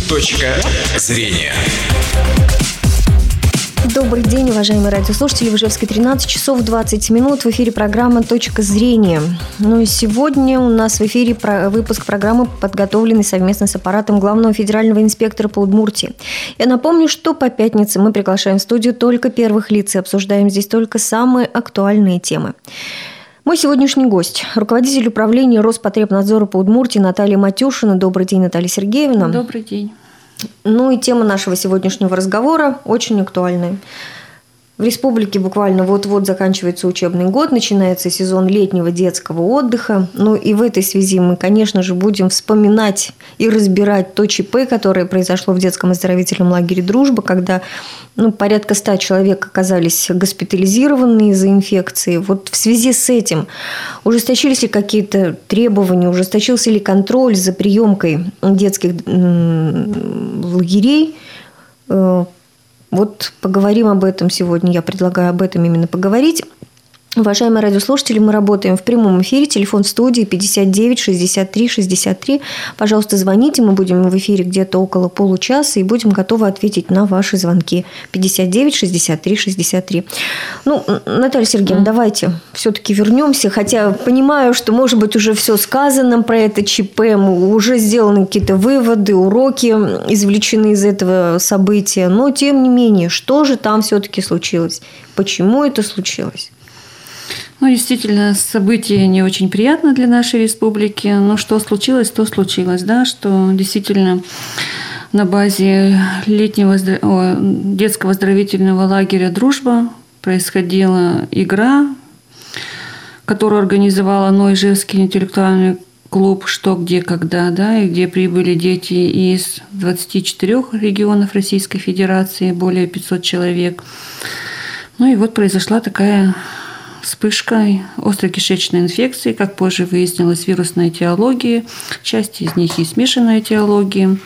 Точка зрения. Добрый день, уважаемые радиослушатели. В Ижевске 13 часов 20 минут. В эфире программа «Точка зрения». Ну и сегодня у нас в эфире выпуск программы, подготовленный совместно с аппаратом главного федерального инспектора по Удмуртии. Я напомню, что по пятницам мы приглашаем в студию только первых лиц и обсуждаем здесь только самые актуальные темы. Мой сегодняшний гость – руководитель управления Роспотребнадзора по Удмуртии Наталья Матюшина. Добрый день, Наталья Сергеевна. Добрый день. Ну и тема нашего сегодняшнего разговора очень актуальная. В республике буквально вот-вот заканчивается учебный год, начинается сезон летнего детского отдыха. Ну и в этой связи мы, конечно же, будем вспоминать и разбирать то ЧП, которое произошло в детском оздоровительном лагере «Дружба», когда порядка 100 человек оказались госпитализированы из-за инфекции. Вот в связи с этим ужесточились ли какие-то требования, ужесточился ли контроль за приемкой детских лагерей? Вот поговорим об этом сегодня. Я предлагаю об этом именно поговорить. Уважаемые радиослушатели, мы работаем в прямом эфире. Телефон в студии 59 63 63. Пожалуйста, звоните. Мы будем в эфире где-то около получаса и будем готовы ответить на ваши звонки. 59 63 63. Наталья Сергеевна, давайте все-таки вернемся. Хотя понимаю, что, может быть, уже все сказано про это ЧП. Уже сделаны какие-то выводы, уроки извлечены из этого события. Но, тем не менее, что же там все-таки случилось? Почему это случилось? Действительно, событие не очень приятно для нашей республики, но что случилось, то случилось, да, что действительно на базе детского оздоровительного лагеря «Дружба» происходила игра, которую организовала Ижевский интеллектуальный клуб «Что, где, когда», да, и где прибыли дети из 24 регионов Российской Федерации, более 500 человек. И вот произошла такая вспышка острой кишечной инфекции, как позже выяснилось, вирусной этиологии, часть из них и смешанной этиологии.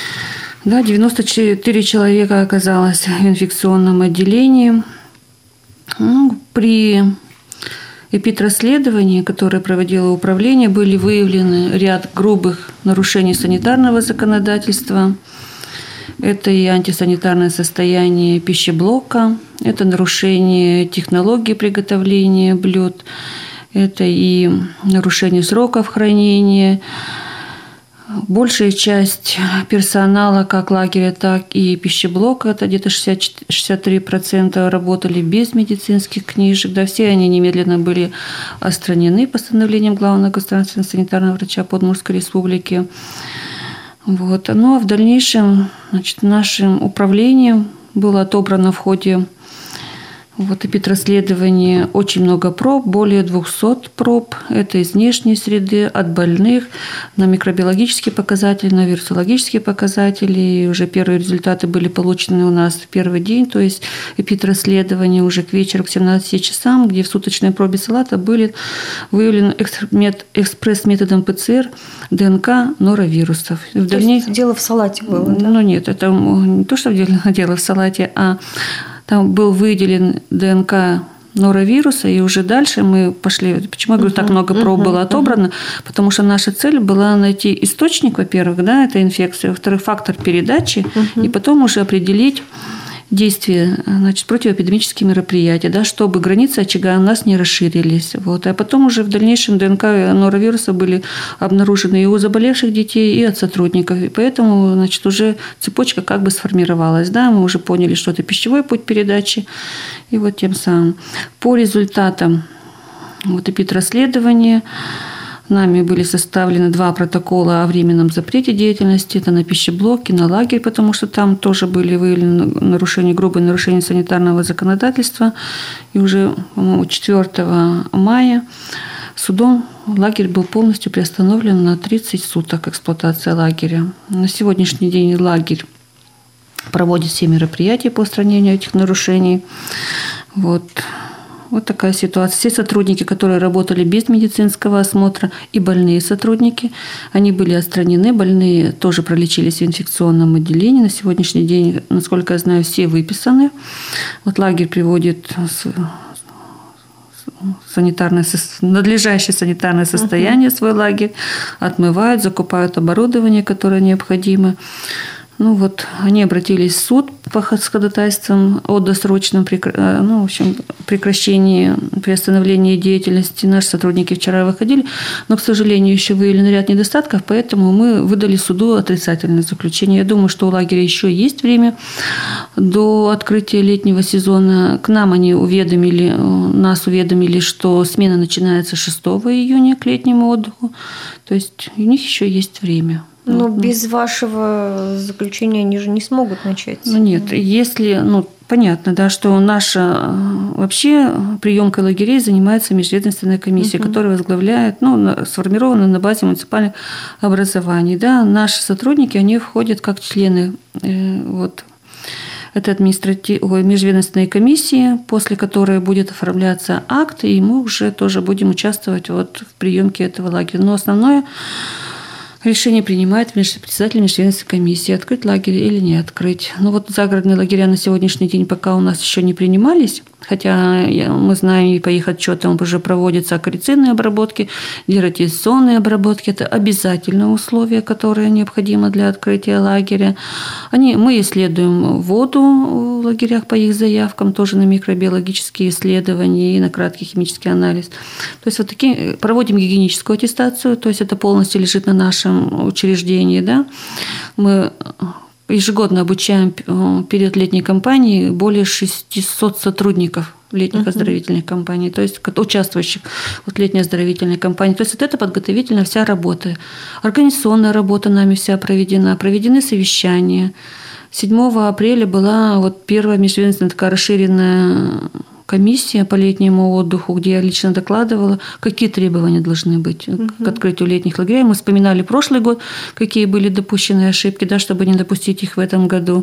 94 человека оказалось в инфекционном отделении. При эпидрасследовании, которое проводило управление, были выявлены ряд грубых нарушений санитарного законодательства. Это и антисанитарное состояние пищеблока, это нарушение технологии приготовления блюд, это и нарушение сроков хранения. Большая часть персонала как лагеря, так и пищеблока, это где-то 63% работали без медицинских книжек. Да, все они немедленно были отстранены постановлением главного государственного санитарного врача по Удмуртской республике. Ну а в дальнейшем, нашим управлением было отобрано в ходе эпидрасследования очень много проб, более 200 проб. Это из внешней среды, от больных, на микробиологические показатели, на вирусологические показатели. И уже первые результаты были получены у нас в первый день, то есть эпидрасследование уже к вечеру, к 17 часам, где в суточной пробе салата были выявлены экспресс-методом ПЦР ДНК норовирусов. Дело в салате было, да? Нет, это не то, что дело в салате, а там был выделен ДНК норовируса, и уже дальше мы пошли. Почему я говорю, так много проб было отобрано? Потому что наша цель была найти источник, во-первых, да, этой инфекции, во-вторых, фактор передачи, и потом уже определить действия, противоэпидемические мероприятия, да, чтобы границы очага у нас не расширились. А потом уже в дальнейшем ДНК норовируса были обнаружены и у заболевших детей, и от сотрудников. И поэтому, уже цепочка как бы сформировалась. Да, мы уже поняли, что это пищевой путь передачи. И тем самым по результатам эпидрасследования нами были составлены 2 протокола о временном запрете деятельности. Это на пищеблоке, на лагерь, потому что там тоже были выявлены грубые нарушения санитарного законодательства. И уже, по-моему, 4 мая судом лагерь был полностью приостановлен на 30 суток, эксплуатация лагеря. На сегодняшний день лагерь проводит все мероприятия по устранению этих нарушений. Вот такая ситуация. Все сотрудники, которые работали без медицинского осмотра, и больные сотрудники, они были отстранены. Больные тоже пролечились в инфекционном отделении. На сегодняшний день, насколько я знаю, все выписаны. Лагерь приводит надлежащее санитарное состояние в свой лагерь, отмывают, закупают оборудование, которое необходимо. Они обратились в суд с ходатайством о досрочном прекращении, приостановлении деятельности. Наши сотрудники вчера выходили, но, к сожалению, еще выявлен ряд недостатков, поэтому мы выдали суду отрицательное заключение. Я думаю, что у лагеря еще есть время до открытия летнего сезона. К нам нас уведомили, что смена начинается 6 июня к летнему отдыху. То есть у них еще есть время. Но без вашего заключения они же не смогут начать. Нет, если, понятно, да, что наша вообще приемкой лагерей занимается межведомственная комиссия, которая возглавляет, сформирована на базе муниципальных образований. Да, наши сотрудники, они входят как члены этой межведомственной комиссии, после которой будет оформляться акт, и мы уже тоже будем участвовать в приемке этого лагеря. Но основное решение принимает председатель межведомственной комиссии, открыть лагерь или не открыть. Загородные лагеря на сегодняшний день пока у нас еще не принимались, хотя мы знаем, и по их отчетам уже проводятся аккреционные обработки, дератизационные обработки. Это обязательное условие, которое необходимо для открытия лагеря. Мы исследуем воду в лагерях по их заявкам, тоже на микробиологические исследования и на краткий химический анализ. То есть проводим гигиеническую аттестацию, то есть это полностью лежит на нашем учреждении. Да? Мы ежегодно обучаем перед летней кампанией более 600 сотрудников летних оздоровительных компаний, то есть участвующих в летней оздоровительной кампании. То есть это подготовительная вся работа. Организационная работа нами вся проведена, проведены совещания. 7 апреля была первая межведомственная такая расширенная комиссия по летнему отдыху, где я лично докладывала, какие требования должны быть к открытию летних лагерей. Мы вспоминали прошлый год, какие были допущены ошибки, да, чтобы не допустить их в этом году.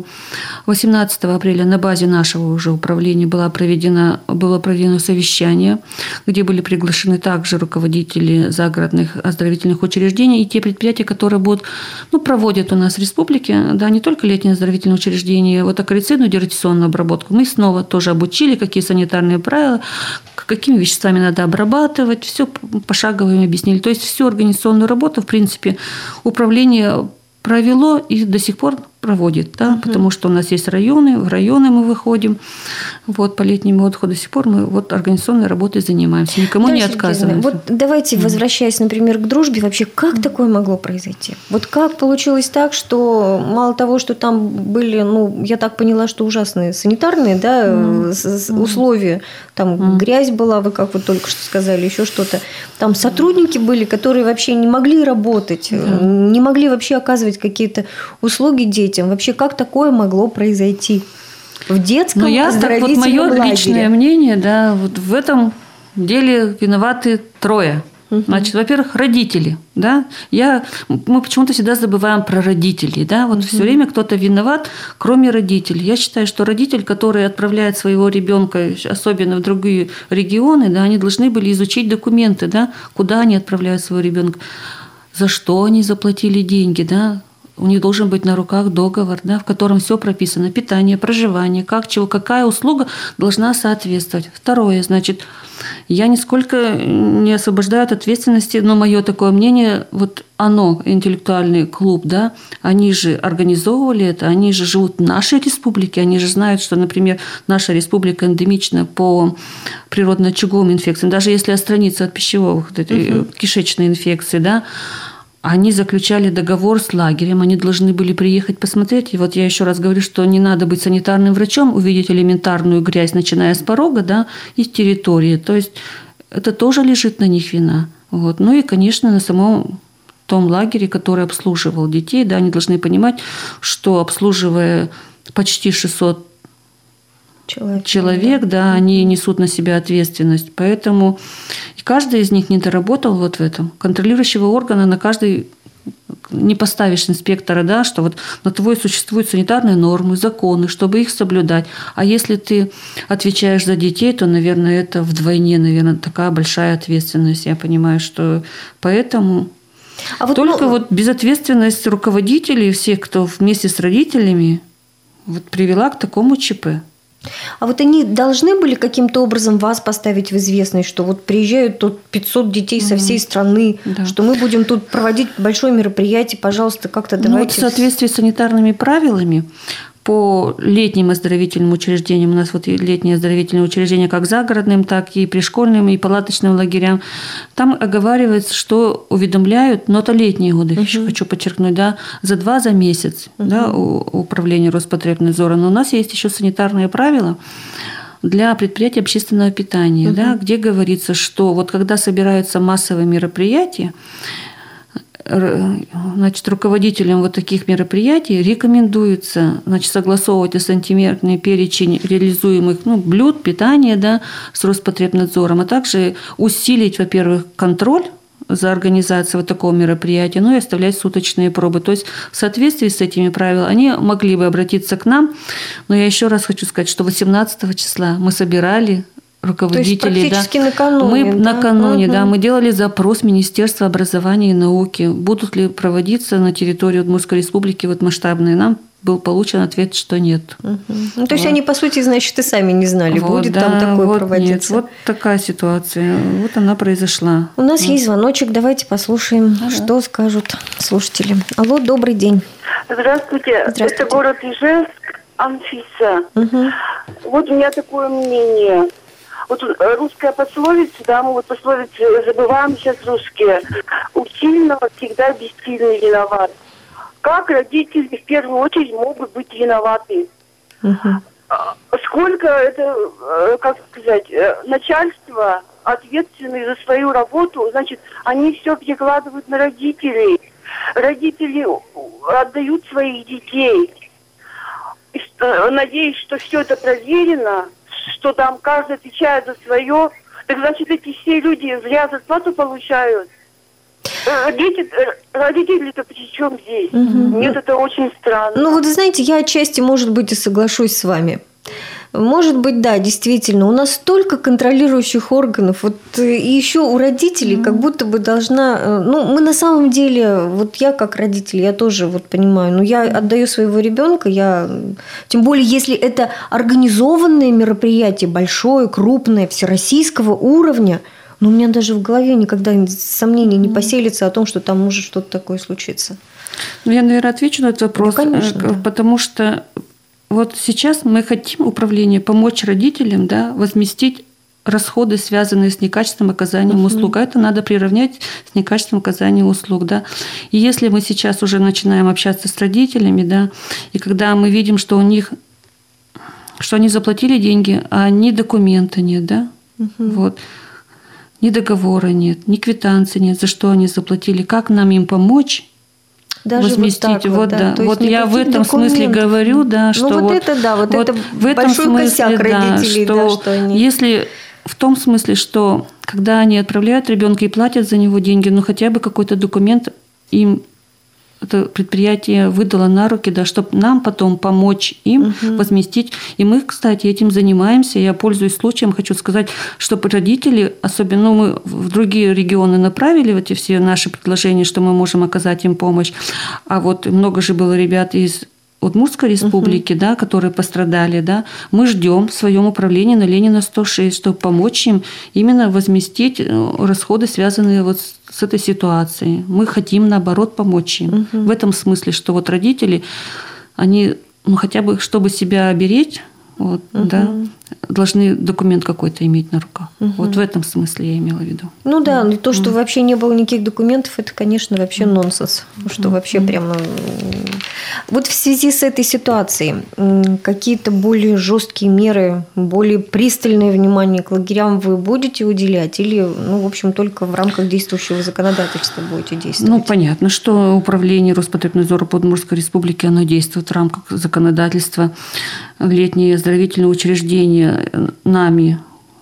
18 апреля на базе нашего уже управления было проведено совещание, где были приглашены также руководители загородных оздоровительных учреждений и те предприятия, которые проводят у нас в республике, да, не только летние оздоровительные учреждения, аккреционную дератизационную обработку. Мы снова тоже обучили, какие санитарные правила, какими веществами надо обрабатывать, все пошагово им объяснили. То есть всю организационную работу, в принципе, управление провело и до сих пор проводит, да, потому что у нас есть районы, в районы мы выходим, по летнему отдыху до сих пор мы организационной работой занимаемся, никому не отказываем. Давайте, возвращаясь, например, к дружбе, вообще как такое могло произойти? Как получилось так, что мало того, что там были, я так поняла, что ужасные санитарные, да, условия, там грязь была, вы как только что сказали, еще что-то, там сотрудники были, которые вообще не могли работать, не могли вообще оказывать какие-то услуги детям. Вообще, как такое могло произойти в детском оздоровительном лагере? Мое личное мнение, да, в этом деле виноваты трое. Значит, во-первых, родители, да, мы почему-то всегда забываем про родителей, да, все время кто-то виноват, кроме родителей. Я считаю, что родитель, который отправляет своего ребенка, особенно в другие регионы, да, они должны были изучить документы, да, куда они отправляют своего ребенка, за что они заплатили деньги, да. У них должен быть на руках договор, да, в котором все прописано: питание, проживание, какая услуга должна соответствовать. Второе, значит, я нисколько не освобождаю от ответственности, но мое такое мнение, интеллектуальный клуб, да, они же организовывали это, они же живут в нашей республике, они же знают, что, например, наша республика эндемична по природно-очаговым инфекциям, даже если отстраниться от пищевых, кишечной инфекции, да. Они заключали договор с лагерем, они должны были приехать посмотреть. И я еще раз говорю, что не надо быть санитарным врачом, увидеть элементарную грязь, начиная с порога, да, и с территории. То есть это тоже лежит на них вина. Ну и, конечно, на самом том лагере, который обслуживал детей, да, они должны понимать, что, обслуживая почти 600 человек, да, они несут на себя ответственность. Поэтому каждый из них не доработал в этом. Контролирующего органа на каждый не поставишь инспектора, да, что на твой существуют санитарные нормы, законы, чтобы их соблюдать. А если ты отвечаешь за детей, то, наверное, это вдвойне, такая большая ответственность. Я понимаю, что поэтому только безответственность руководителей, всех, кто вместе с родителями, привела к такому ЧП. А вот они должны были каким-то образом вас поставить в известность, что вот приезжают тут 500 детей со всей страны, что мы будем тут проводить большое мероприятие, пожалуйста, как-то давайте... Ну, вот в соответствии с санитарными правилами по летним оздоровительным учреждениям, у нас вот летние оздоровительные учреждения как загородным, так и пришкольным, и палаточным лагерям, там оговаривается, что уведомляют, но это летние годы, еще хочу подчеркнуть, да, за 2 за месяц, да, у управления Роспотребнадзора. Но у нас есть еще санитарные правила для предприятий общественного питания, да, где говорится, что вот когда собираются массовые мероприятия, значит, руководителям вот таких мероприятий рекомендуется, значит, согласовывать сантиметрный перечень реализуемых блюд, питания, да, с Роспотребнадзором, а также усилить, во-первых, контроль за организацией вот такого мероприятия, и оставлять суточные пробы. То есть в соответствии с этими правилами они могли бы обратиться к нам, но я еще раз хочу сказать, что 18 числа мы собирали руководителей, то есть практически накануне. Мы накануне, да, мы делали запрос Министерства образования и науки, будут ли проводиться на территории Удмуртской республики вот масштабные. Нам был получен ответ, что нет. Ну, то есть они, по сути, значит, и сами не знали, будет там такое проводиться. Нет, вот такая ситуация. Вот она произошла. У нас есть звоночек, давайте послушаем, что скажут слушатели. Алло, добрый день. Здравствуйте. Это город Ижевск, Анфиса. Вот у меня такое мнение. Вот русская пословица, да, мы вот пословицы забываем сейчас русские. У сильного всегда бессильный виноват. Как родители в первую очередь могут быть виноваты? Сколько это, как сказать, начальство ответственное за свою работу, значит, они все перекладывают на родителей. Родители отдают своих детей. Надеюсь, что все это проверено, что там каждый отвечает за свое. Так значит, эти все люди зря зарплату получают. Родители-то при чем здесь? Нет, это очень странно. Ну, вот знаете, я отчасти, может быть, и соглашусь с вами. Может быть, да, действительно, у нас столько контролирующих органов, вот и еще у родителей как будто бы должна, мы на самом деле, вот я как родитель, я тоже вот понимаю, я отдаю своего ребенка, тем более, если это организованное мероприятие, большое, крупное, всероссийского уровня, у меня даже в голове никогда сомнений не поселится о том, что там может что-то такое случиться. Я, наверное, отвечу на этот вопрос, конечно, потому что вот сейчас мы хотим, управление, помочь родителям, да, возместить расходы, связанные с некачественным оказанием услуг. А это надо приравнять с некачественным оказанием услуг. Да. И если мы сейчас уже начинаем общаться с родителями, да, и когда мы видим, что у них, что они заплатили деньги, а ни документа нет, да, вот, ни договора нет, ни квитанции нет, за что они заплатили, как нам им помочь, даже возместить. Вот, так, да. Вот я в этом смысле говорю, да, что это в этом большой смысле, косяк родителей, что они... Если в том смысле, что когда они отправляют ребенка и платят за него деньги, хотя бы какой-то документ им это предприятие выдало на руки, да, чтобы нам потом помочь им возместить. И мы, кстати, этим занимаемся. Я, пользуясь случаем, хочу сказать, чтобы родители, особенно мы в другие регионы направили эти все наши предложения, что мы можем оказать им помощь. А вот много же было ребят из Удмуртской республики, да, которые пострадали, да, мы ждем в своем управлении на Ленина 106, чтобы помочь им именно возместить расходы, связанные вот с этой ситуацией. Мы хотим, наоборот, помочь им. В этом смысле, что вот родители, они, хотя бы, чтобы себя оберечь, вот, да, должны документ какой-то иметь на руках. Вот в этом смысле я имела в виду. Ну да, и то, что вообще не было никаких документов, это, конечно, вообще нонсенс. Что вообще прямо... Вот в связи с этой ситуацией какие-то более жесткие меры, более пристальное внимание к лагерям вы будете уделять? Или, в общем, только в рамках действующего законодательства будете действовать? Понятно, что управление Роспотребнадзора по Удмуртской республике, оно действует в рамках законодательства. Летние оздоровительные учреждения нами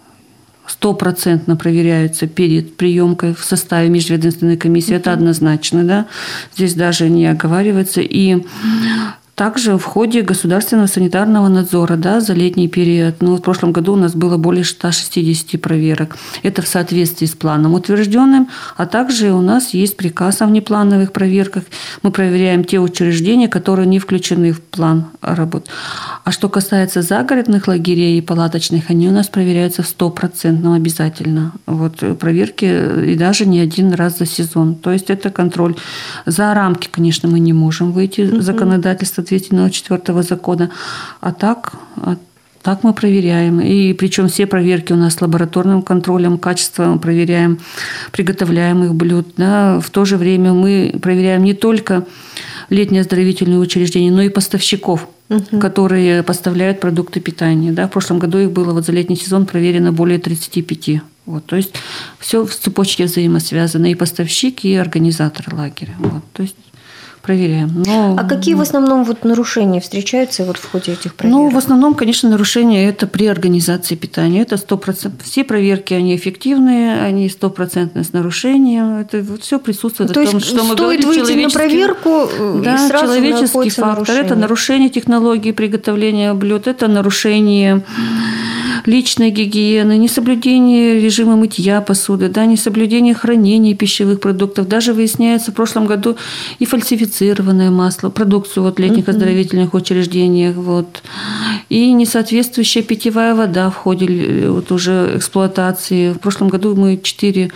100% проверяются перед приемкой в составе межведомственной комиссии. Это однозначно, да. Здесь даже не оговаривается. И Также в ходе государственного санитарного надзора, да, за летний период, в прошлом году у нас было более 160 проверок. Это в соответствии с планом утвержденным, а также у нас есть приказ о внеплановых проверках. Мы проверяем те учреждения, которые не включены в план работ. А что касается загородных лагерей и палаточных, они у нас проверяются 100% обязательно. Проверки и даже не один раз за сезон. То есть это контроль. За рамки, конечно, мы не можем выйти законодательства 204 закона, а так мы проверяем. И причем все проверки у нас с лабораторным контролем качества, мы проверяем приготовляемых блюд. Да. В то же время мы проверяем не только летние оздоровительные учреждения, но и поставщиков, которые поставляют продукты питания. Да. В прошлом году их было за летний сезон проверено более 35. То есть все в цепочке взаимосвязано. И поставщик, и организатор лагеря. То есть проверяем. А какие в основном нарушения встречаются в ходе этих проверок? В основном, конечно, нарушения это при организации питания. Это 100%. Все проверки, они эффективные, они 100% с нарушением. Это все присутствует. То есть что мы говорим, выйти на проверку, да, и сразу человеческий фактор. Нарушение. Это нарушение технологии приготовления блюд, это нарушение личной гигиены, несоблюдение режима мытья посуды, да, несоблюдение хранения пищевых продуктов. Даже выясняется в прошлом году и фальсифицированное масло, продукцию в летних оздоровительных учреждениях, и несоответствующая питьевая вода в ходе уже эксплуатации. В прошлом году мы 4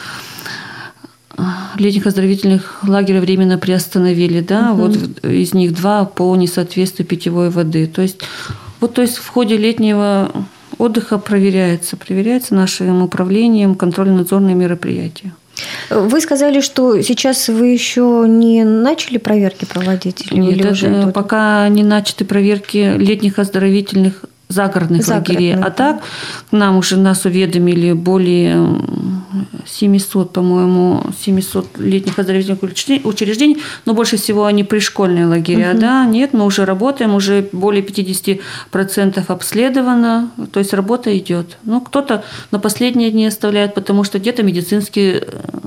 летних оздоровительных лагеря временно приостановили, да, из них 2 по несоответствию питьевой воды. То есть в ходе летнего отдыха проверяется нашим управлением контрольно-надзорные мероприятия. Вы сказали, что сейчас вы еще не начали проверки проводить? Нет, пока не начаты проверки летних оздоровительных загородных лагерей. А так нас уведомили более 700, по-моему, 700 летних оздоровительных учреждений, но больше всего они пришкольные лагеря. Да? Нет, мы уже работаем, уже более 50% обследовано, то есть работа идет. Кто-то на последние дни оставляет, потому что где-то медицинский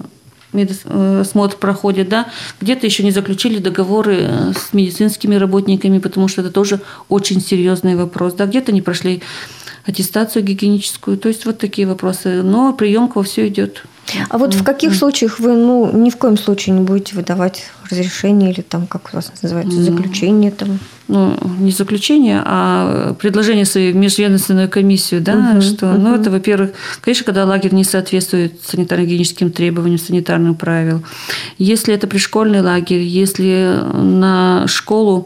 осмотр проходит, да, где-то еще не заключили договоры с медицинскими работниками, потому что это тоже очень серьезный вопрос, да, где-то не прошли аттестацию гигиеническую, то есть такие вопросы, но приемка все идет. А в каких случаях вы ни в коем случае не будете выдавать разрешение или как у вас называется, заключение там? Не заключение, а предложение своей в межведомственную комиссию, да, это, во-первых, конечно, когда лагерь не соответствует санитарно-гигиеническим требованиям, санитарным правилам. Если это пришкольный лагерь, если на школу,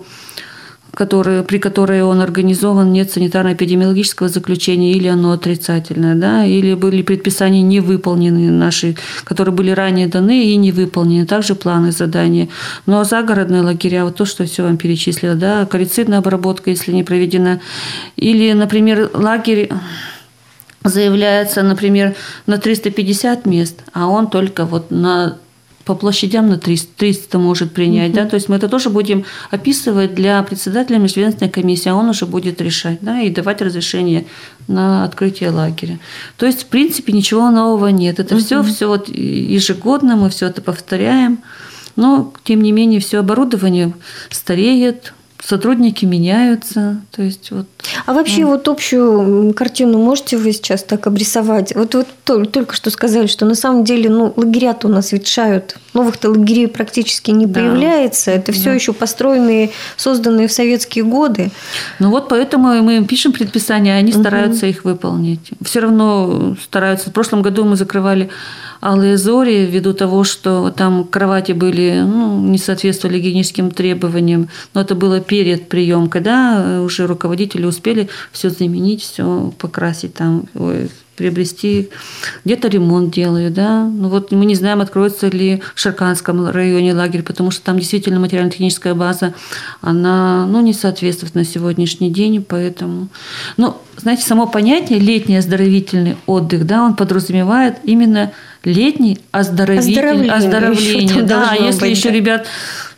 при которой он организован, нет санитарно-эпидемиологического заключения, или оно отрицательное, да, или были предписания не выполнены наши, которые были ранее даны и не выполнены, также планы задания. А загородные лагеря, то, что все вам перечислила, да, корицидная обработка, если не проведена, или, например, лагерь заявляется, например, на 350 мест, а он только по площадям на 300 может принять. Да? То есть мы это тоже будем описывать для председателя межведомственной комиссии, а он уже будет решать, да, и давать разрешение на открытие лагеря. То есть, в принципе, ничего нового нет. Это все ежегодно, мы все это повторяем. Но, тем не менее, все оборудование стареет, сотрудники меняются. То есть А вообще общую картину можете вы сейчас так обрисовать? Только что сказали, что на самом деле лагеря-то у нас ветшают. Новых-то лагерей практически не появляется. Это все еще построенные, созданные в советские годы. Поэтому мы им пишем предписания, они стараются их выполнить. Все равно стараются. В прошлом году мы закрывали Алые Зори ввиду того, что там кровати были, не соответствовали гигиеническим требованиям, но это было перед приемкой, да, уже руководители успели все заменить, все покрасить там, приобрести, где-то ремонт делают, да. Мы не знаем, откроется ли в Шарканском районе лагерь, потому что там действительно материально-техническая база, она, не соответствует на сегодняшний день, поэтому, знаете, само понятие летний оздоровительный отдых, да, он подразумевает именно летний оздоровление. Да, если еще ребят в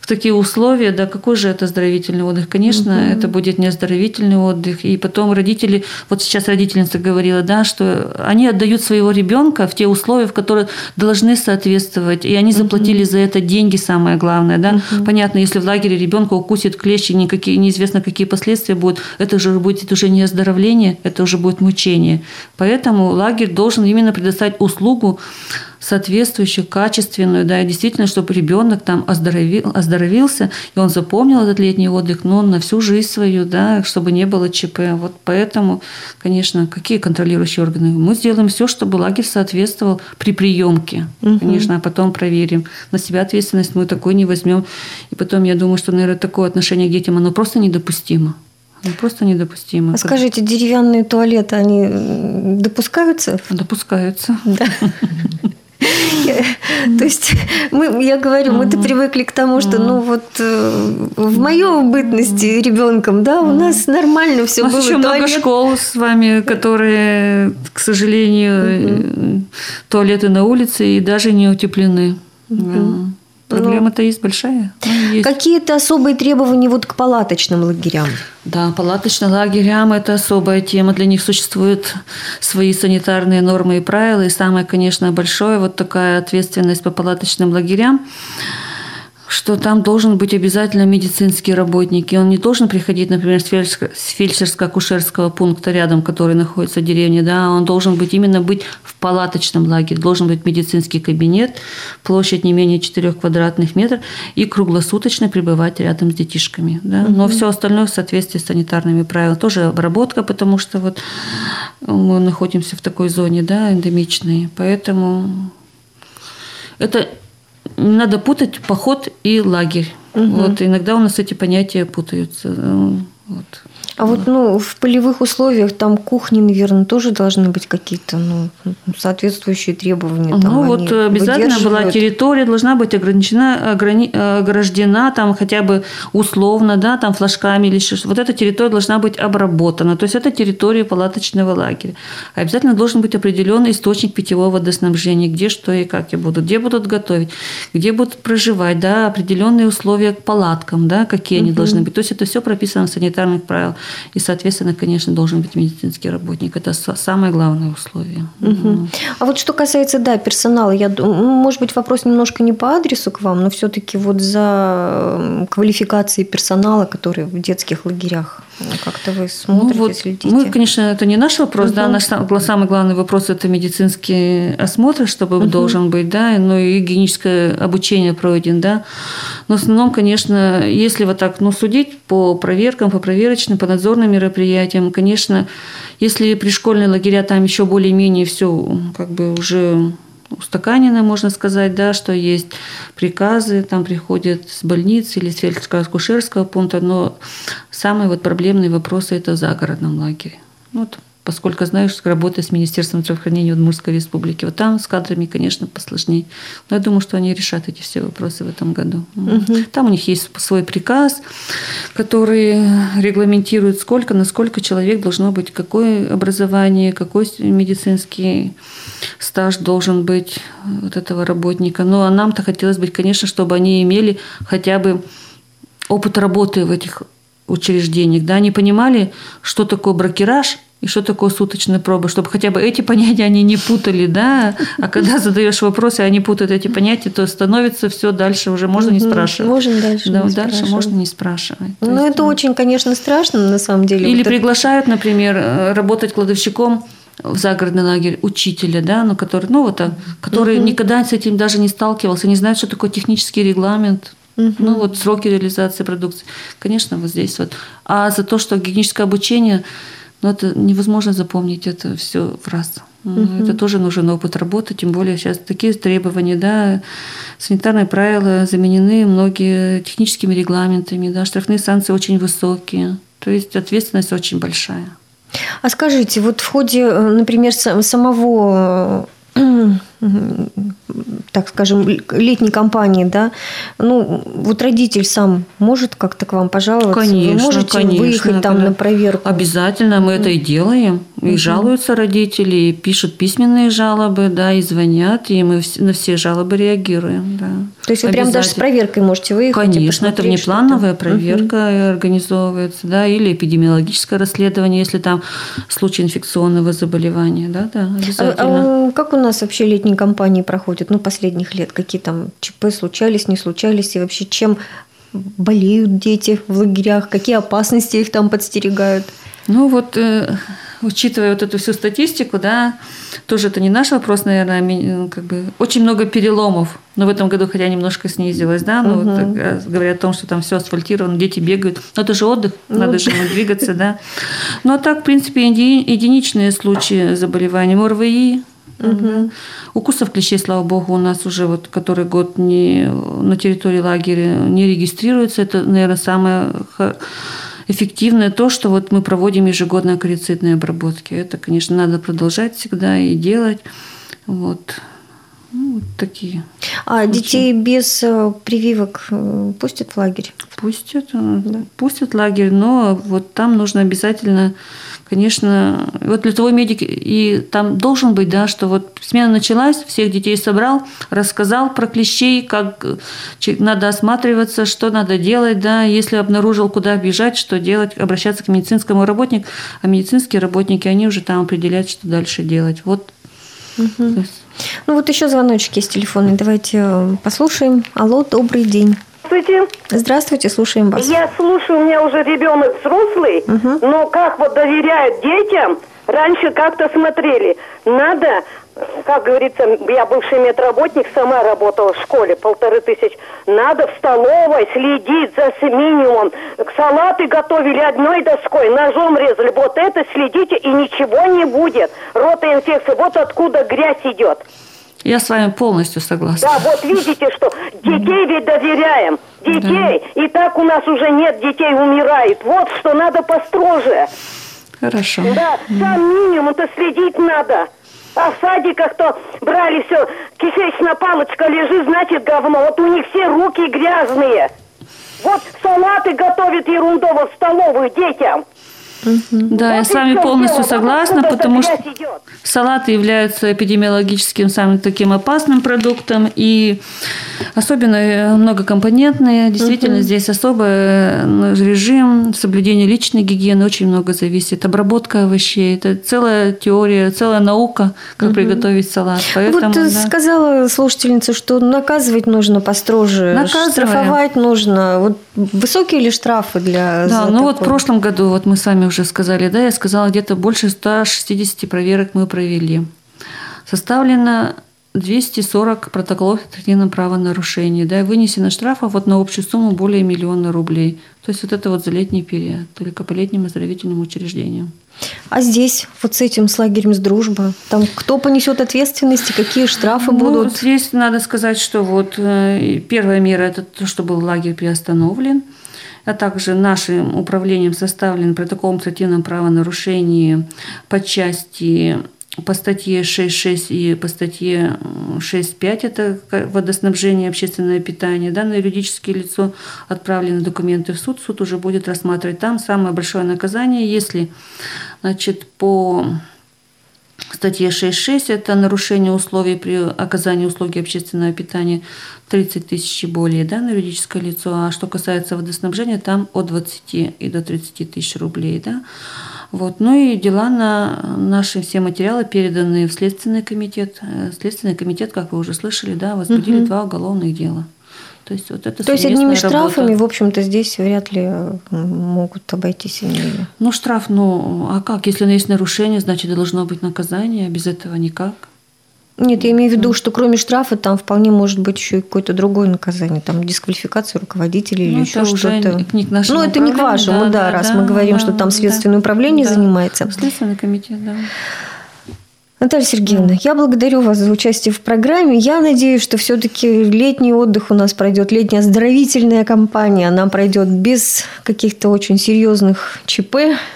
такие условия, да, какой же это оздоровительный отдых? Конечно, это будет не оздоровительный отдых. И потом родители, вот сейчас родительница говорила, да, что они отдают своего ребенка в те условия, в которые должны соответствовать, и они заплатили за это деньги, самое главное, да. Понятно, если в лагере ребенка укусит клещ, и неизвестно, какие последствия будут, это же будет уже не оздоровление, это уже будет мучение. Поэтому лагерь должен именно предоставить услугу соответствующую, качественную, да, и действительно, чтобы ребенок там оздоровился, и он запомнил этот летний отдых, но на всю жизнь свою, да, чтобы не было ЧП. Вот поэтому, конечно, какие контролирующие органы? Мы сделаем все, чтобы лагерь соответствовал при приемке, конечно, а потом проверим. На себя ответственность мы такой не возьмем. И потом, я думаю, что, наверное, такое отношение к детям, оно просто недопустимо. Просто недопустимо. А скажите, деревянные туалеты, они допускаются? Допускаются. Да. То есть, я говорю, мы-то привыкли к тому, что, в моей бытности ребенком, да, у нас нормально все было. У нас еще много школ с вами, которые, к сожалению, туалеты на улице и даже не утеплены. Проблема-то есть большая. Есть. Какие-то особые требования вот к палаточным лагерям? Да, палаточным лагерям – это особая тема. Для них существуют свои санитарные нормы и правила. И самое, конечно, большое, вот такая ответственность по палаточным лагерям, что там должен быть обязательно медицинский работник. И он не должен приходить, например, с фельдшерско-акушерского пункта рядом, который находится в деревне. Да, он должен быть именно в палаточном лагере. Должен быть медицинский кабинет, площадь не менее 4 квадратных метров и круглосуточно пребывать рядом с детишками. Да? Но все остальное в соответствии с санитарными правилами. Тоже обработка, потому что вот мы находимся в такой зоне, да, эндемичной. Поэтому это... Не надо путать поход и лагерь. Вот, иногда у нас эти понятия путаются. Вот. А вот в полевых условиях там кухни, наверное, тоже должны быть какие-то соответствующие требования. Обязательно была территория, должна быть ограждена там хотя бы условно, да, там флажками или что-то. Вот эта территория должна быть обработана. То есть это территория палаточного лагеря. Обязательно должен быть определенный источник питьевого водоснабжения, где что и как где будут готовить, где будут проживать, да, определенные условия к палаткам, да, какие они должны быть. То есть это все прописано в санитарных правилах. И, соответственно, конечно, должен быть медицинский работник. Это самое главное условие. А вот что касается, персонала, может быть, вопрос немножко не по адресу к вам, но все-таки вот за квалификацией персонала, который в детских лагерях. Как-то вы смотрите, следите? Мы, конечно, это не наш вопрос, да, наш самый главный вопрос – это медицинский осмотр, чтобы должен быть, да, и гигиеническое обучение пройдено, да. Но в основном, конечно, если вот так, судить по проверкам, по проверочным, по надзорным мероприятиям, конечно, если пришкольные лагеря, там еще более-менее все уже устаканено, можно сказать, да, что есть приказы, там приходят с больницы или с фельдшерско-акушерского пункта, но самые проблемные вопросы – это в загородном лагере. Поскольку знаю, что работаю с Министерством здравоохранения Удмуртской республики, вот там с кадрами, конечно, посложнее. Но я думаю, что они решат эти все вопросы в этом году. Там у них есть свой приказ, который регламентирует, насколько человек должно быть, какое образование, какой медицинский стаж должен быть вот этого работника. А нам-то хотелось бы, конечно, чтобы они имели хотя бы опыт работы в этих учреждениях, да, они понимали, что такое бракераж и что такое суточная проба, чтобы хотя бы эти понятия они не путали, да, а когда задаешь вопросы, они путают эти понятия, то становится все дальше уже можно не спрашивать. Можно дальше не дальше можно не спрашивать. Это очень, конечно, страшно на самом деле. Или приглашают, например, работать кладовщиком в загородный лагерь учителя, да, который никогда с этим даже не сталкивался, не знает, что такое технический регламент. Сроки реализации продукции. Конечно, вот здесь вот. А за то, что гигиеническое обучение, это невозможно запомнить это все в раз. Это тоже нужен опыт работы, тем более сейчас такие требования, да, санитарные правила заменены многие техническими регламентами, да, штрафные санкции очень высокие, то есть ответственность очень большая. А скажите, вот в ходе, например, самого так скажем, летней кампании, да, ну, вот родитель сам может как-то к вам пожаловаться? Конечно, вы можете выехать там на проверку? Обязательно мы это и делаем. И жалуются родители, и пишут письменные жалобы, да, и звонят, и мы на все жалобы реагируем, да. То есть вы прям даже с проверкой можете выехать? Конечно, это внеплановая проверка организовывается, да, или эпидемиологическое расследование, если там случай инфекционного заболевания, да, обязательно. А как у нас вообще летние кампании проходят, ну, последних лет? Какие там ЧП случались, не случались, и вообще чем болеют дети в лагерях, какие опасности их там подстерегают? Ну, вот, учитывая вот эту всю статистику, да, тоже это не наш вопрос, наверное, как бы очень много переломов, но в этом году хотя немножко снизилось, да, но вот, говоря о том, что там все асфальтировано, дети бегают, но это же отдых, надо же двигаться, да. Но так, в принципе, единичные случаи заболеваний, МОРВИ, укусов клещей, слава богу, у нас уже вот который год на территории лагеря не регистрируется, это, наверное, самое эффективное то, что вот мы проводим ежегодно акарицидные обработки. Это, конечно, надо продолжать всегда и делать. Вот. Ну, вот такие. А случаи. Детей без прививок пустят в лагерь? Пустят в лагерь, но вот там нужно обязательно, конечно, вот летовой медик и там должен быть, да, что вот смена началась, всех детей собрал, рассказал про клещей, как надо осматриваться, что надо делать, да, если обнаружил, куда бежать, что делать, обращаться к медицинскому работнику, а медицинские работники, они уже там определяют, что дальше делать. Вот. Ну вот еще звоночек есть телефонный, давайте послушаем. Алло, добрый день. Здравствуйте. Здравствуйте, слушаем вас. Я слушаю, у меня уже ребенок взрослый, но как вот доверяют детям, раньше как-то смотрели. Надо, как говорится, я бывший медработник, сама работала в школе, 1500. Надо в столовой следить за минимумом. Салаты готовили одной доской, ножом резали. Вот это следите, и ничего не будет. Ротоинфекция, вот откуда грязь идет. Я с вами полностью согласна. Да, вот видите, что детей ведь доверяем. Детей. Да. И так у нас уже нет детей, умирает. Вот что надо построже. Хорошо. Да, сам минимум-то следить надо. А в садиках-то брали все, кишечная палочка лежит, значит говно. Вот у них все руки грязные. Вот салаты готовят ерундово в столовую детям. Да, я с вами полностью согласна, потому что салаты являются эпидемиологическим самым таким опасным продуктом, и особенно многокомпонентные. Действительно, здесь особый режим соблюдения личной гигиены очень много зависит. Обработка овощей – это целая теория, целая наука, как приготовить салат. Поэтому, вот сказала слушательница, что наказывать нужно построже, штрафовать нужно. Вот высокие ли штрафы для Да, ну такое? Вот в прошлом году вот мы сами уже сказали, да, я сказала, где-то больше 160 проверок мы провели. Составлено 240 протоколов административного правонарушения, да, и вынесено штрафов вот на общую сумму более 1 000 000 рублей. То есть вот это вот за летний период, только по летним оздоровительным учреждениям. А здесь вот с этим, с лагерем «С дружба», там кто понесет ответственность и какие штрафы будут? Здесь надо сказать, что вот первая мера – это то, что был лагерь приостановлен. А также нашим управлением составлен протокол административного правонарушения по части по статье 6.6 и по статье 6.5, это водоснабжение и общественное питание. Да, на юридическое лицо отправлены документы в суд, суд уже будет рассматривать. Там самое большое наказание, если, значит, по статье 6.6 это нарушение условий при оказании услуги общественного питания 30 тысяч и более, да, на юридическое лицо. А что касается водоснабжения, там от 20 и до 30 тысяч рублей. Да. Вот. Ну и дела на наши все материалы переданы в Следственный комитет. Следственный комитет, как вы уже слышали, да, возбудили 2 уголовных дела. То есть, вот это одними штрафами, в общем-то, здесь вряд ли могут обойтись. Ну, штраф, а как? Если есть нарушение, значит, должно быть наказание, без этого никак. Нет, я имею в виду, что кроме штрафа там вполне может быть еще и какое-то другое наказание, там дисквалификация руководителя или еще что-то. Это не к нашему это не к вашему, раз мы говорим, что там Следственное управление занимается. Следственный комитет, да. Наталья Сергеевна, я благодарю вас за участие в программе. Я надеюсь, что все-таки летний отдых у нас пройдет, летняя оздоровительная кампания, она пройдет без каких-то очень серьезных ЧП.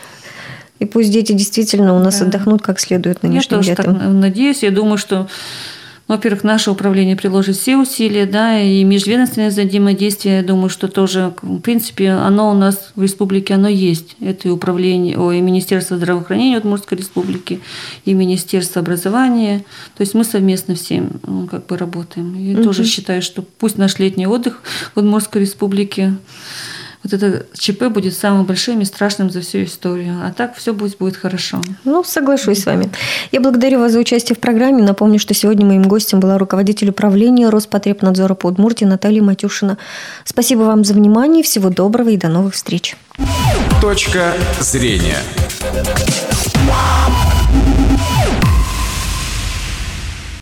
И пусть дети действительно у нас отдохнут как следует нынешним летом. Я тоже так надеюсь. Я думаю, что Во-первых, наше управление приложит все усилия, да, и межведомственное взаимодействие, я думаю, что тоже, в принципе, оно у нас в республике, оно есть. Это и управление, и Министерство здравоохранения Удмуртской республики, и Министерство образования. То есть мы совместно всем как бы работаем. Я тоже считаю, что пусть наш летний отдых в Удмуртской республике, вот это ЧП будет самым большим и страшным за всю историю. А так все будет хорошо. Ну, соглашусь с вами. Я благодарю вас за участие в программе. Напомню, что сегодня моим гостем была руководитель управления Роспотребнадзора по Удмуртии Наталья Матюшина. Спасибо вам за внимание. Всего доброго и до новых встреч. Точка зрения.